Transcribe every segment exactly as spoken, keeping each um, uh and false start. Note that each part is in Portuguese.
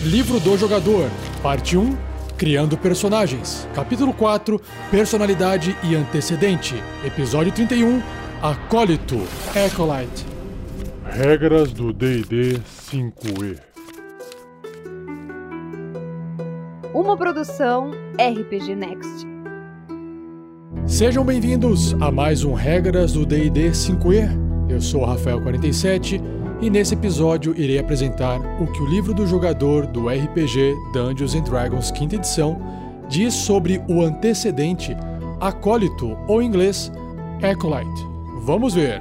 Livro do Jogador, Parte um, Criando Personagens, Capítulo quatro, Personalidade e Antecedente, Episódio trinta e um, Acólito, Acolyte. Regras do D e D cinco E. Uma produção R P G Next. Sejam bem-vindos a mais um Regras do D e D cinco E. Eu sou o Rafael quarenta e sete e nesse episódio irei apresentar o que o livro do jogador do R P G Dungeons and Dragons quinta edição diz sobre o antecedente Acólito, ou em inglês, Acolyte. Vamos ver!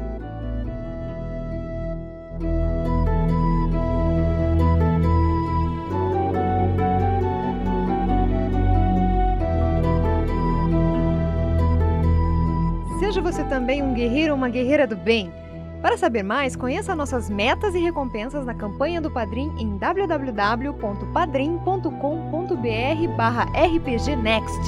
Seja você também um guerreiro ou uma guerreira do bem. Para saber mais, conheça nossas metas e recompensas na campanha do Padrim em w w w ponto padrim ponto com ponto b r barra r p g next.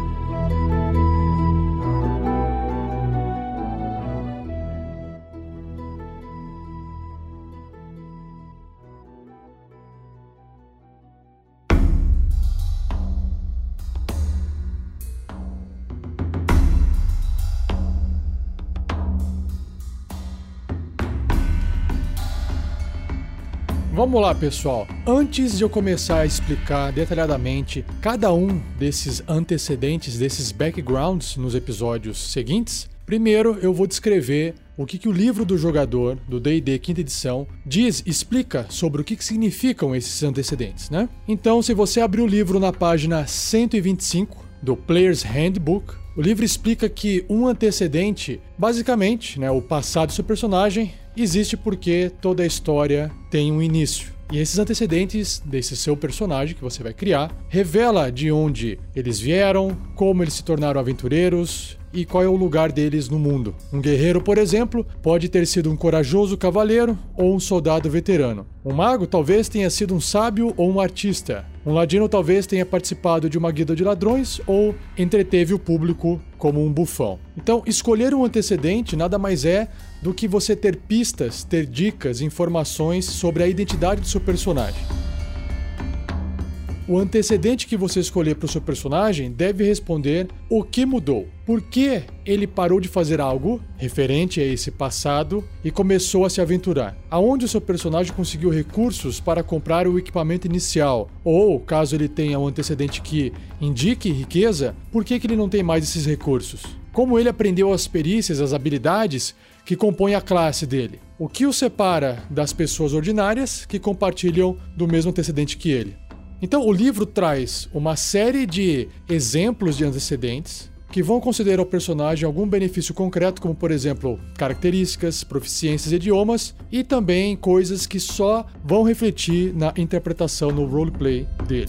Vamos lá, pessoal. Antes de eu começar a explicar detalhadamente cada um desses antecedentes, desses backgrounds nos episódios seguintes, primeiro eu vou descrever o que, que o livro do jogador do D e D quinta edição diz, explica sobre o que, que significam esses antecedentes, né? Então, se você abrir o livro na página cento e vinte e cinco do Player's Handbook, o livro explica que um antecedente, basicamente, né, o passado do seu personagem, existe porque toda a história tem um início. E esses antecedentes desse seu personagem que você vai criar revela de onde eles vieram, como eles se tornaram aventureiros e qual é o lugar deles no mundo. Um guerreiro, por exemplo, pode ter sido um corajoso cavaleiro ou um soldado veterano. Um mago talvez tenha sido um sábio ou um artista. Um ladino talvez tenha participado de uma guilda de ladrões ou entreteve o público como um bufão. Então, escolher um antecedente nada mais é do que você ter pistas, ter dicas, informações sobre a identidade do seu personagem. O antecedente que você escolher para o seu personagem deve responder o que mudou. Por que ele parou de fazer algo referente a esse passado e começou a se aventurar? Aonde o seu personagem conseguiu recursos para comprar o equipamento inicial? Ou, caso ele tenha um antecedente que indique riqueza, por que que ele não tem mais esses recursos? Como ele aprendeu as perícias, as habilidades que compõem a classe dele? O que o separa das pessoas ordinárias que compartilham do mesmo antecedente que ele? Então, o livro traz uma série de exemplos de antecedentes que vão considerar ao personagem algum benefício concreto, como, por exemplo, características, proficiências e idiomas, e também coisas que só vão refletir na interpretação, no roleplay dele.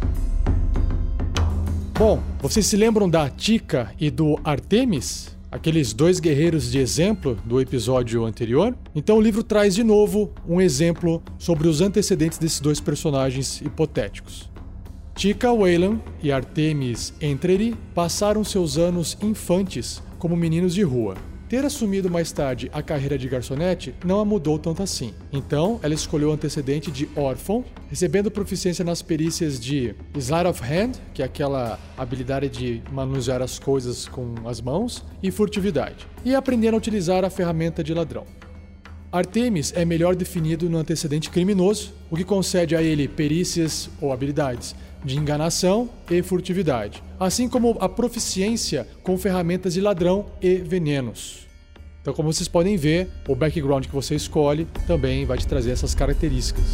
Bom, vocês se lembram da Tika e do Artemis? Aqueles dois guerreiros de exemplo do episódio anterior? Então o livro traz de novo um exemplo sobre os antecedentes desses dois personagens hipotéticos. Tika Wayland e Artemis Entreri passaram seus anos infantes como meninos de rua. Ter assumido mais tarde a carreira de garçonete não a mudou tanto assim. Então, ela escolheu o antecedente de órfão, recebendo proficiência nas perícias de Sleight of Hand, que é aquela habilidade de manusear as coisas com as mãos, e furtividade, e aprendendo a utilizar a ferramenta de ladrão. Artemis é melhor definido no antecedente criminoso, o que concede a ele perícias ou habilidades de enganação e furtividade, assim como a proficiência com ferramentas de ladrão e venenos. Então, como vocês podem ver, o background que você escolhe também vai te trazer essas características.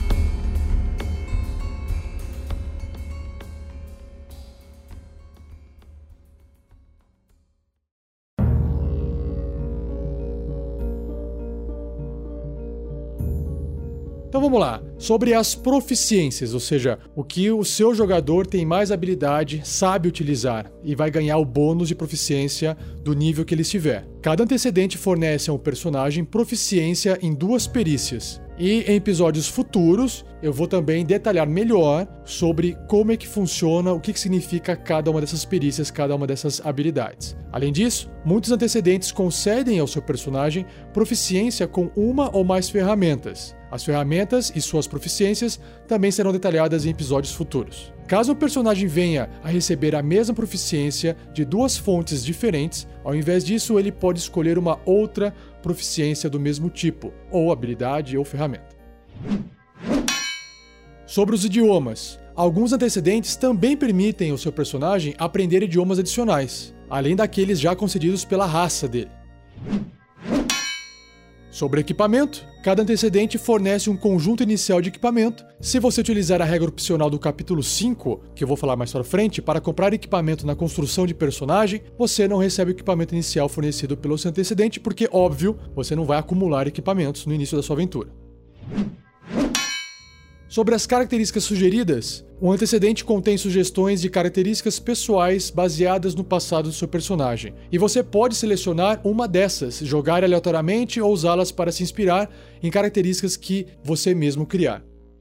Então vamos lá, sobre as proficiências, ou seja, o que o seu jogador tem mais habilidade, sabe utilizar e vai ganhar o bônus de proficiência do nível que ele estiver. Cada antecedente fornece a um personagem proficiência em duas perícias. E em episódios futuros, eu vou também detalhar melhor sobre como é que funciona, o que, que significa cada uma dessas perícias, cada uma dessas habilidades. Além disso, muitos antecedentes concedem ao seu personagem proficiência com uma ou mais ferramentas. As ferramentas e suas proficiências também serão detalhadas em episódios futuros. Caso o personagem venha a receber a mesma proficiência de duas fontes diferentes, ao invés disso ele pode escolher uma outra proficiência do mesmo tipo, ou habilidade ou ferramenta. Sobre os idiomas. Alguns antecedentes também permitem ao seu personagem aprender idiomas adicionais, além daqueles já concedidos pela raça dele. Sobre equipamento, cada antecedente fornece um conjunto inicial de equipamento. Se você utilizar a regra opcional do capítulo cinco, que eu vou falar mais para frente, para comprar equipamento na construção de personagem, você não recebe o equipamento inicial fornecido pelo seu antecedente, porque, óbvio, você não vai acumular equipamentos no início da sua aventura. Sobre as características sugeridas, o antecedente contém sugestões de características pessoais baseadas no passado do seu personagem, e você pode selecionar uma dessas, jogar aleatoriamente ou usá-las para se inspirar em características que você mesmo criar.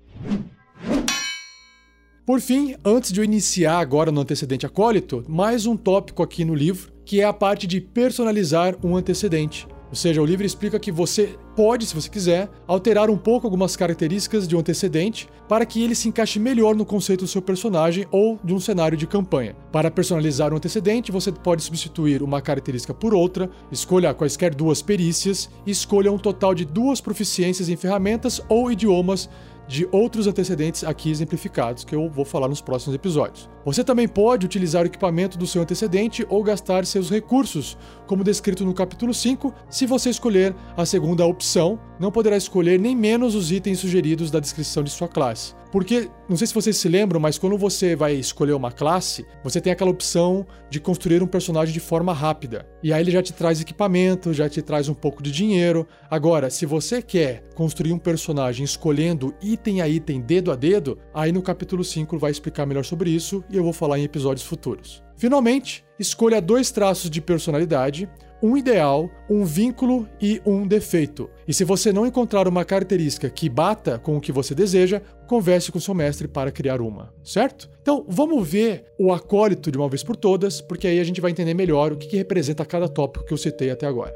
Por fim, antes de eu iniciar agora no antecedente acólito, mais um tópico aqui no livro, que é a parte de personalizar um antecedente. Ou seja, o livro explica que você pode, se você quiser, alterar um pouco algumas características de um antecedente para que ele se encaixe melhor no conceito do seu personagem ou de um cenário de campanha. Para personalizar um antecedente, você pode substituir uma característica por outra, escolha quaisquer duas perícias e escolha um total de duas proficiências em ferramentas ou idiomas de outros antecedentes aqui exemplificados, que eu vou falar nos próximos episódios. Você também pode utilizar o equipamento do seu antecedente ou gastar seus recursos, como descrito no capítulo cinco. Se você escolher a segunda opção, não poderá escolher nem menos os itens sugeridos da descrição de sua classe. Porque, não sei se vocês se lembram, mas quando você vai escolher uma classe, você tem aquela opção de construir um personagem de forma rápida. E aí ele já te traz equipamento, já te traz um pouco de dinheiro. Agora, se você quer construir um personagem escolhendo item a item, dedo a dedo, aí no capítulo cinco vai explicar melhor sobre isso e eu vou falar em episódios futuros. Finalmente, escolha dois traços de personalidade, um ideal, um vínculo e um defeito. E se você não encontrar uma característica que bata com o que você deseja, converse com seu mestre para criar uma, certo? Então, vamos ver o acólito de uma vez por todas, porque aí a gente vai entender melhor o que, que representa cada tópico que eu citei até agora.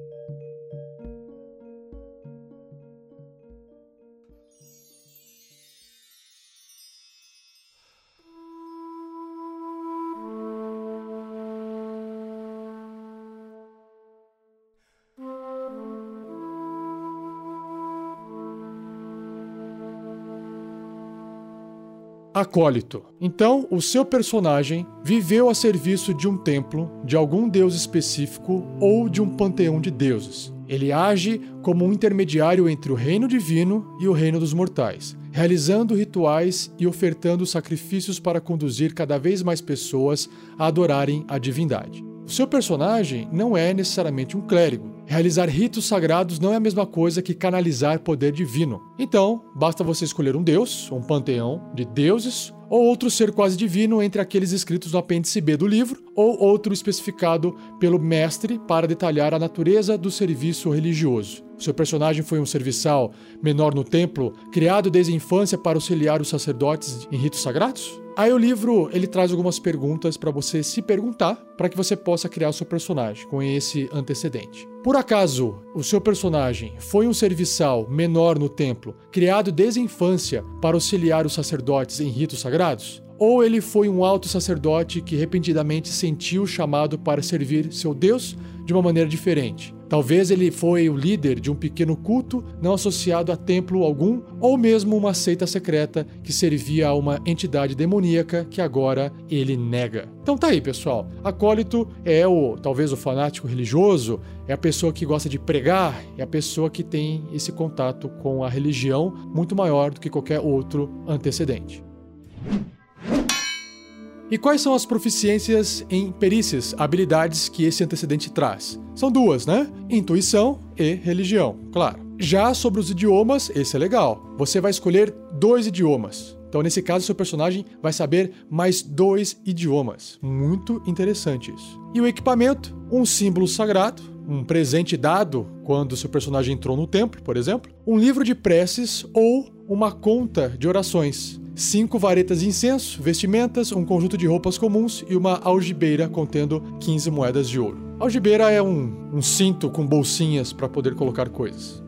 Acólito. Então, o seu personagem viveu a serviço de um templo, de algum deus específico ou de um panteão de deuses. Ele age como um intermediário entre o reino divino e o reino dos mortais, realizando rituais e ofertando sacrifícios para conduzir cada vez mais pessoas a adorarem a divindade. O seu personagem não é necessariamente um clérigo. Realizar ritos sagrados não é a mesma coisa que canalizar poder divino. Então, basta você escolher um deus, um panteão de deuses, ou outro ser quase divino entre aqueles escritos no apêndice B do livro, ou outro especificado pelo mestre para detalhar a natureza do serviço religioso. O seu personagem foi um serviçal menor no templo, criado desde a infância para auxiliar os sacerdotes em ritos sagrados? Aí o livro ele traz algumas perguntas para você se perguntar, para que você possa criar o seu personagem com esse antecedente. Por acaso, o seu personagem foi um serviçal menor no templo, criado desde a infância para auxiliar os sacerdotes em ritos sagrados? Ou ele foi um alto sacerdote que repentinamente sentiu o chamado para servir seu Deus de uma maneira diferente? Talvez ele foi o líder de um pequeno culto não associado a templo algum, ou mesmo uma seita secreta que servia a uma entidade demoníaca que agora ele nega. Então tá aí, pessoal. Acólito é o, talvez o fanático religioso, é a pessoa que gosta de pregar, é a pessoa que tem esse contato com a religião muito maior do que qualquer outro antecedente. E quais são as proficiências em perícias, habilidades que esse antecedente traz? São duas, né? Intuição e religião, claro. Já sobre os idiomas, esse é legal. Você vai escolher dois idiomas. Então, nesse caso, seu personagem vai saber mais dois idiomas. Muito interessante isso. E o equipamento, um símbolo sagrado, um presente dado quando seu personagem entrou no templo, por exemplo, um livro de preces ou uma conta de orações, cinco varetas de incenso, vestimentas, um conjunto de roupas comuns e uma algibeira contendo quinze moedas de ouro. A algibeira é um, um cinto com bolsinhas para poder colocar coisas.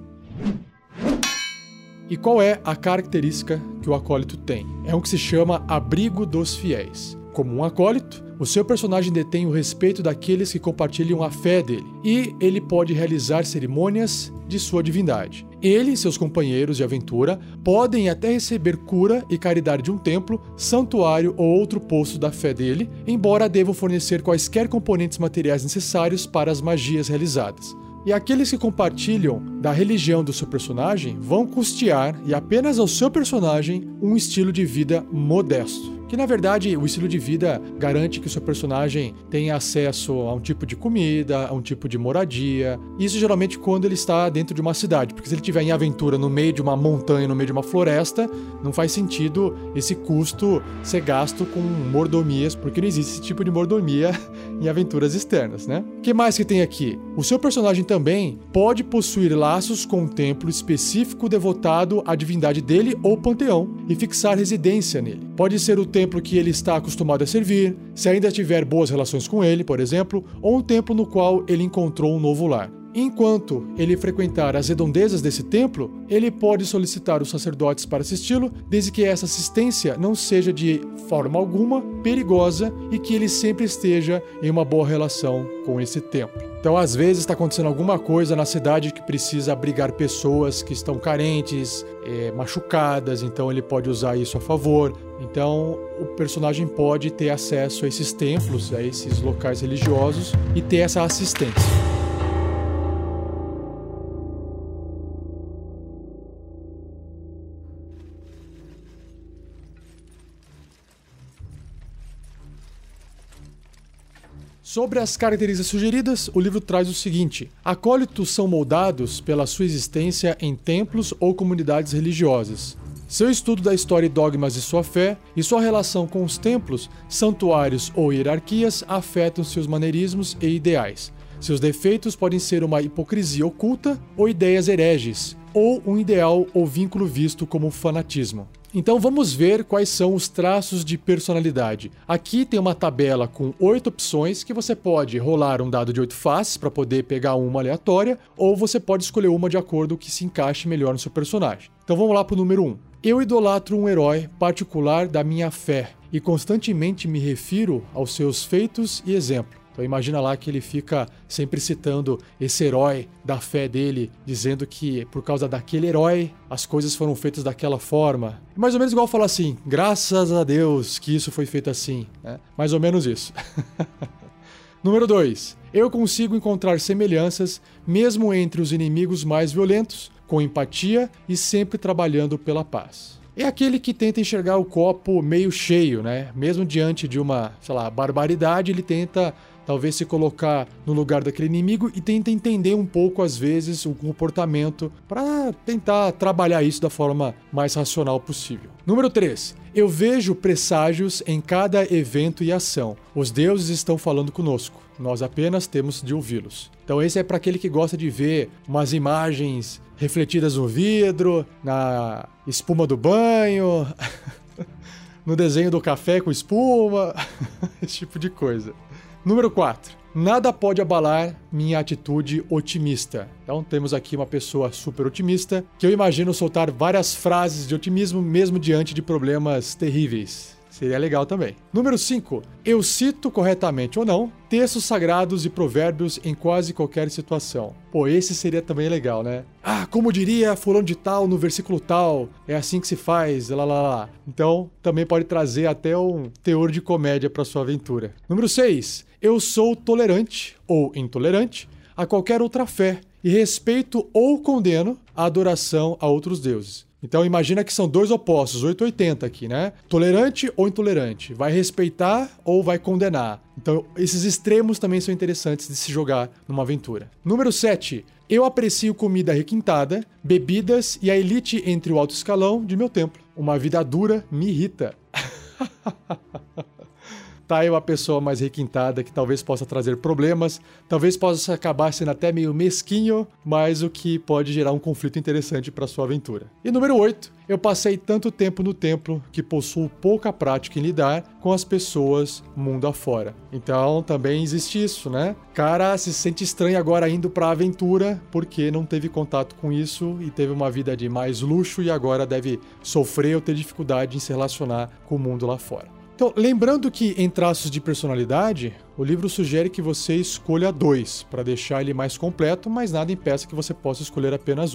E qual é a característica que o acólito tem? É um que se chama abrigo dos fiéis. Como um acólito, o seu personagem detém o respeito daqueles que compartilham a fé dele, e ele pode realizar cerimônias de sua divindade. Ele e seus companheiros de aventura podem até receber cura e caridade de um templo, santuário ou outro posto da fé dele, embora devam fornecer quaisquer componentes materiais necessários para as magias realizadas. E aqueles que compartilham da religião do seu personagem vão custear, e apenas ao seu personagem, um estilo de vida modesto. Que na verdade o estilo de vida garante que o seu personagem tenha acesso a um tipo de comida, a um tipo de moradia. Isso geralmente quando ele está dentro de uma cidade, porque se ele estiver em aventura no meio de uma montanha, no meio de uma floresta, não faz sentido esse custo ser gasto com mordomias, porque não existe esse tipo de mordomia em aventuras externas, né? O que mais que tem aqui? O seu personagem também pode possuir laços com um templo específico devotado à divindade dele ou panteão e fixar residência nele. Pode ser o templo que ele está acostumado a servir, se ainda tiver boas relações com ele, por exemplo, ou um templo no qual ele encontrou um novo lar. Enquanto ele frequentar as redondezas desse templo, ele pode solicitar os sacerdotes para assisti-lo, desde que essa assistência não seja de forma alguma perigosa e que ele sempre esteja em uma boa relação com esse templo. Então, às vezes, está acontecendo alguma coisa na cidade que precisa abrigar pessoas que estão carentes, é, machucadas, então ele pode usar isso a favor. Então, o personagem pode ter acesso a esses templos, a esses locais religiosos e ter essa assistência. Sobre as características sugeridas, o livro traz o seguinte: acólitos são moldados pela sua existência em templos ou comunidades religiosas. Seu estudo da história e dogmas de sua fé e sua relação com os templos, santuários ou hierarquias afetam seus maneirismos e ideais. Seus defeitos podem ser uma hipocrisia oculta ou ideias hereges, ou um ideal ou vínculo visto como fanatismo. Então vamos ver quais são os traços de personalidade. Aqui tem uma tabela com oito opções que você pode rolar um dado de oito faces para poder pegar uma aleatória, ou você pode escolher uma de acordo com o que se encaixe melhor no seu personagem. Então vamos lá para o número um. Eu idolatro um herói particular da minha fé e constantemente me refiro aos seus feitos e exemplo. Então imagina lá que ele fica sempre citando esse herói da fé dele, dizendo que por causa daquele herói as coisas foram feitas daquela forma. Mais ou menos igual falar assim, graças a Deus que isso foi feito assim, né? Mais ou menos isso. Número dois. Eu consigo encontrar semelhanças mesmo entre os inimigos mais violentos, com empatia e sempre trabalhando pela paz. É aquele que tenta enxergar o copo meio cheio, né? Mesmo diante de uma, sei lá, barbaridade, ele tenta talvez se colocar no lugar daquele inimigo e tenta entender um pouco, às vezes, o comportamento para tentar trabalhar isso da forma mais racional possível. Número três. Eu vejo presságios em cada evento e ação. Os deuses estão falando conosco. Nós apenas temos de ouvi-los. Então esse é para aquele que gosta de ver umas imagens refletidas no vidro, na espuma do banho, no desenho do café com espuma, esse tipo de coisa. Número quatro. Nada pode abalar minha atitude otimista. Então temos aqui uma pessoa super otimista, que eu imagino soltar várias frases de otimismo mesmo diante de problemas terríveis. Seria legal também. Número cinco. Eu cito corretamente ou não textos sagrados e provérbios em quase qualquer situação. Pô, esse seria também legal, né? Ah, como diria fulano de tal no versículo tal, é assim que se faz, lá lá lá. Então, também pode trazer até um teor de comédia para sua aventura. Número seis. Eu sou tolerante ou intolerante a qualquer outra fé e respeito ou condeno a adoração a outros deuses. Então imagina que são dois opostos, oitocentos e oitenta aqui, né? Tolerante ou intolerante? Vai respeitar ou vai condenar? Então esses extremos também são interessantes de se jogar numa aventura. Número sete. Eu aprecio comida requintada, bebidas e a elite entre o alto escalão de meu templo. Uma vida dura me irrita. tá aí uma pessoa mais requintada que talvez possa trazer problemas, talvez possa acabar sendo até meio mesquinho, mas o que pode gerar um conflito interessante para sua aventura. E número oito, eu passei tanto tempo no templo que possuo pouca prática em lidar com as pessoas mundo afora. Então também existe isso, né? Cara se sente estranho agora indo para a aventura porque não teve contato com isso e teve uma vida de mais luxo e agora deve sofrer ou ter dificuldade em se relacionar com o mundo lá fora. Então, lembrando que em traços de personalidade, o livro sugere que você escolha dois para deixar ele mais completo, mas nada impeça que você possa escolher apenas um.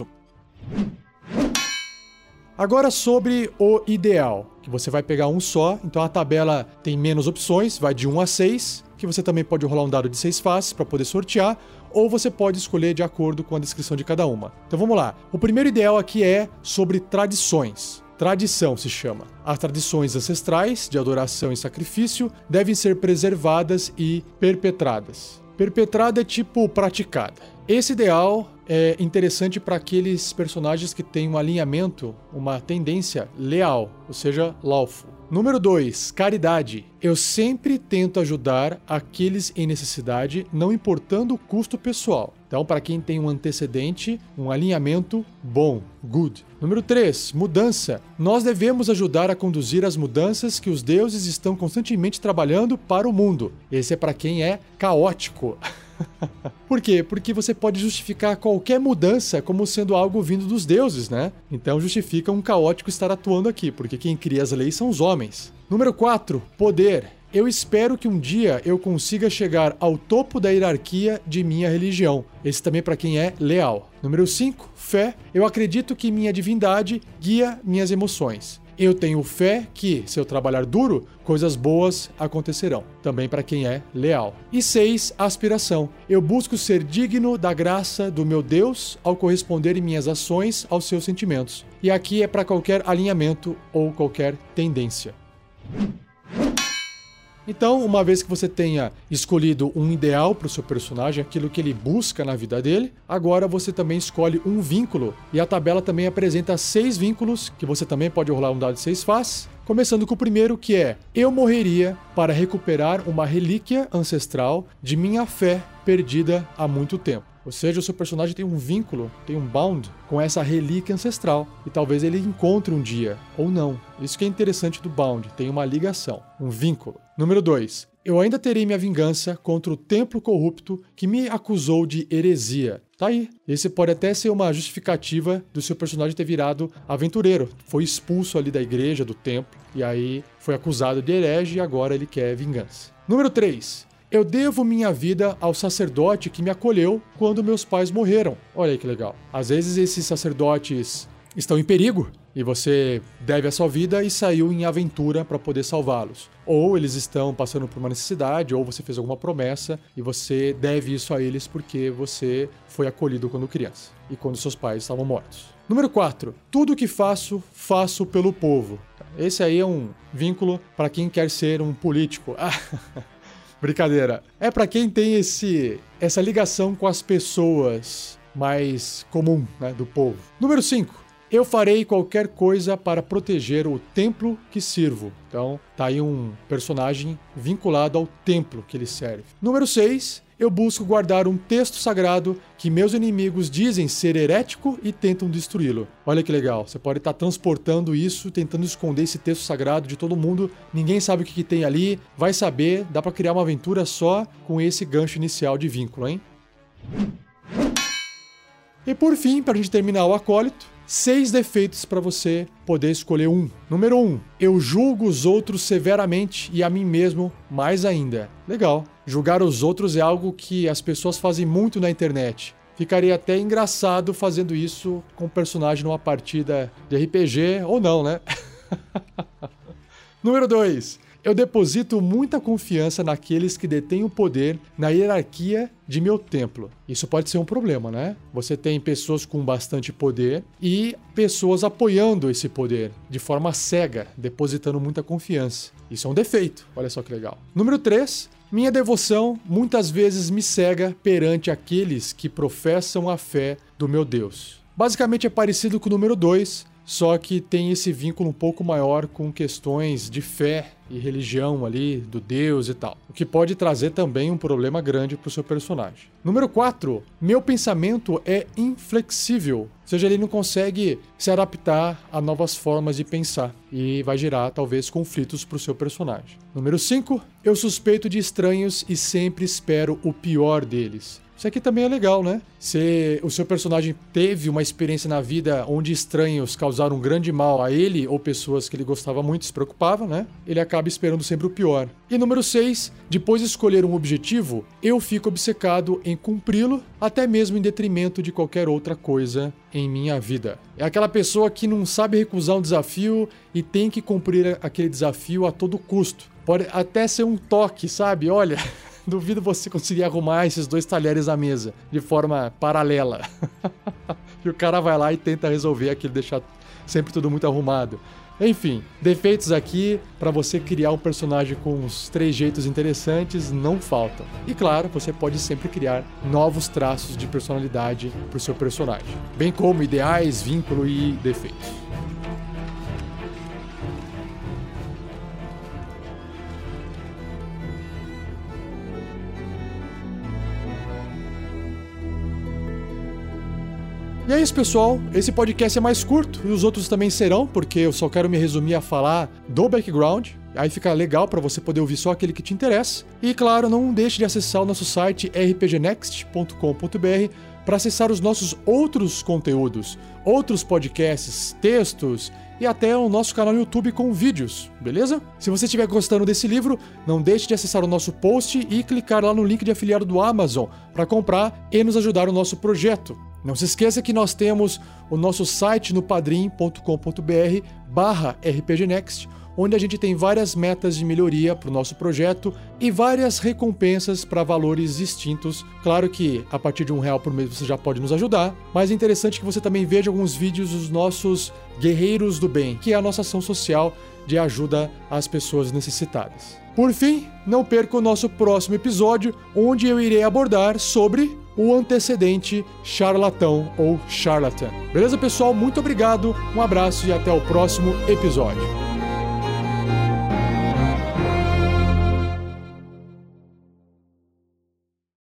Agora sobre o ideal, que você vai pegar um só, então a tabela tem menos opções, vai de um a seis, que você também pode rolar um dado de seis faces para poder sortear, ou você pode escolher de acordo com a descrição de cada uma. Então vamos lá. O primeiro ideal aqui é sobre tradições. Tradição se chama. As tradições ancestrais de adoração e sacrifício devem ser preservadas e perpetradas. Perpetrada é tipo praticada. Esse ideal é interessante para aqueles personagens que têm um alinhamento, uma tendência leal, ou seja, lawful. Número dois, caridade. Eu sempre tento ajudar aqueles em necessidade, não importando o custo pessoal. Então, para quem tem um antecedente, um alinhamento bom, good. Número três, mudança. Nós devemos ajudar a conduzir as mudanças que os deuses estão constantemente trabalhando para o mundo. Esse é para quem é caótico. Por quê? Porque você pode justificar qualquer mudança como sendo algo vindo dos deuses, né? Então justifica um caótico estar atuando aqui, porque quem cria as leis são os homens. Número quatro, poder. Eu espero que um dia eu consiga chegar ao topo da hierarquia de minha religião. Esse também para quem é leal. Número cinco, fé. Eu acredito que minha divindade guia minhas emoções. Eu tenho fé que, se eu trabalhar duro, coisas boas acontecerão. Também para quem é leal. E seis, aspiração. Eu busco ser digno da graça do meu Deus ao corresponder em minhas ações aos seus sentimentos. E aqui é para qualquer alinhamento ou qualquer tendência. Então, uma vez que você tenha escolhido um ideal para o seu personagem, aquilo que ele busca na vida dele, agora você também escolhe um vínculo. E a tabela também apresenta seis vínculos, que você também pode rolar um dado de seis faces. Começando com o primeiro, que é: eu morreria para recuperar uma relíquia ancestral de minha fé perdida há muito tempo. Ou seja, o seu personagem tem um vínculo, tem um bound com essa relíquia ancestral. E talvez ele encontre um dia, ou não. Isso que é interessante do bound, tem uma ligação, um vínculo. Número dois. Eu ainda terei minha vingança contra o templo corrupto que me acusou de heresia. Tá aí. Esse pode até ser uma justificativa do seu personagem ter virado aventureiro. Foi expulso ali da igreja, do templo, e aí foi acusado de herege e agora ele quer vingança. Número três. Eu devo minha vida ao sacerdote que me acolheu quando meus pais morreram. Olha aí que legal. Às vezes esses sacerdotes estão em perigo e você deve a sua vida e saiu em aventura para poder salvá-los. Ou eles estão passando por uma necessidade, ou você fez alguma promessa e você deve isso a eles porque você foi acolhido quando criança e quando seus pais estavam mortos. Número quatro. Tudo o que faço, faço pelo povo. Esse aí é um vínculo para quem quer ser um político. Brincadeira. É para quem tem esse, essa ligação com as pessoas mais comum, né, do povo. Número cinco. Eu farei qualquer coisa para proteger o templo que sirvo. Então, tá aí um personagem vinculado ao templo que ele serve. Número seis. Eu busco guardar um texto sagrado que meus inimigos dizem ser herético e tentam destruí-lo. Olha que legal, você pode estar transportando isso, tentando esconder esse texto sagrado de todo mundo, ninguém sabe o que, que tem ali, vai saber, dá para criar uma aventura só com esse gancho inicial de vínculo, hein? E por fim, para a gente terminar o acólito, seis defeitos para você poder escolher um. Número um. Eu julgo os outros severamente e a mim mesmo mais ainda. Legal. Julgar os outros é algo que as pessoas fazem muito na internet. Ficaria até engraçado fazendo isso com um personagem numa partida de R P G, ou não, né? Número dois. Eu deposito muita confiança naqueles que detêm o poder na hierarquia de meu templo. Isso pode ser um problema, né? Você tem pessoas com bastante poder e pessoas apoiando esse poder de forma cega, depositando muita confiança. Isso é um defeito. Olha só que legal. Número três. Minha devoção muitas vezes me cega perante aqueles que professam a fé do meu Deus. Basicamente é parecido com o número dois, só que tem esse vínculo um pouco maior com questões de fé e religião ali, do Deus e tal, o que pode trazer também um problema grande para o seu personagem. Número quatro, meu pensamento é inflexível, ou seja, ele não consegue se adaptar a novas formas de pensar e vai gerar talvez conflitos para o seu personagem. Número cinco, eu suspeito de estranhos e sempre espero o pior deles. Isso aqui também é legal, né? Se o seu personagem teve uma experiência na vida onde estranhos causaram um grande mal a ele ou pessoas que ele gostava muito, se preocupava, né? Ele acaba esperando sempre o pior. E número seis, depois de escolher um objetivo, eu fico obcecado em cumpri-lo, até mesmo em detrimento de qualquer outra coisa em minha vida. É aquela pessoa que não sabe recusar um desafio e tem que cumprir aquele desafio a todo custo. Pode até ser um toque, sabe? Olha... Duvido você conseguir arrumar esses dois talheres à mesa de forma paralela. E o cara vai lá e tenta resolver aquilo, deixar sempre tudo muito arrumado. Enfim, defeitos aqui para você criar um personagem com uns três jeitos interessantes não faltam. E claro, você pode sempre criar novos traços de personalidade para o seu personagem, bem como ideais, vínculo e defeitos. E é isso, pessoal. Esse podcast é mais curto e os outros também serão, porque eu só quero me resumir a falar do background. Aí fica legal para você poder ouvir só aquele que te interessa. E claro, não deixe de acessar o nosso site r p g next ponto com ponto b r para acessar os nossos outros conteúdos, outros podcasts, textos e até o nosso canal no YouTube com vídeos, beleza? Se você estiver gostando desse livro, não deixe de acessar o nosso post e clicar lá no link de afiliado do Amazon para comprar e nos ajudar no nosso projeto. Não se esqueça que nós temos o nosso site no padrim ponto com ponto b r barra r p g next, onde a gente tem várias metas de melhoria para o nosso projeto e várias recompensas para valores distintos. Claro que a partir de um real por mês você já pode nos ajudar, mas é interessante que você também veja alguns vídeos dos nossos Guerreiros do Bem, que é a nossa ação social de ajuda às pessoas necessitadas. Por fim, não perca o nosso próximo episódio, onde eu irei abordar sobre o antecedente charlatão ou charlatan. Beleza, pessoal? Muito obrigado, um abraço e até o próximo episódio.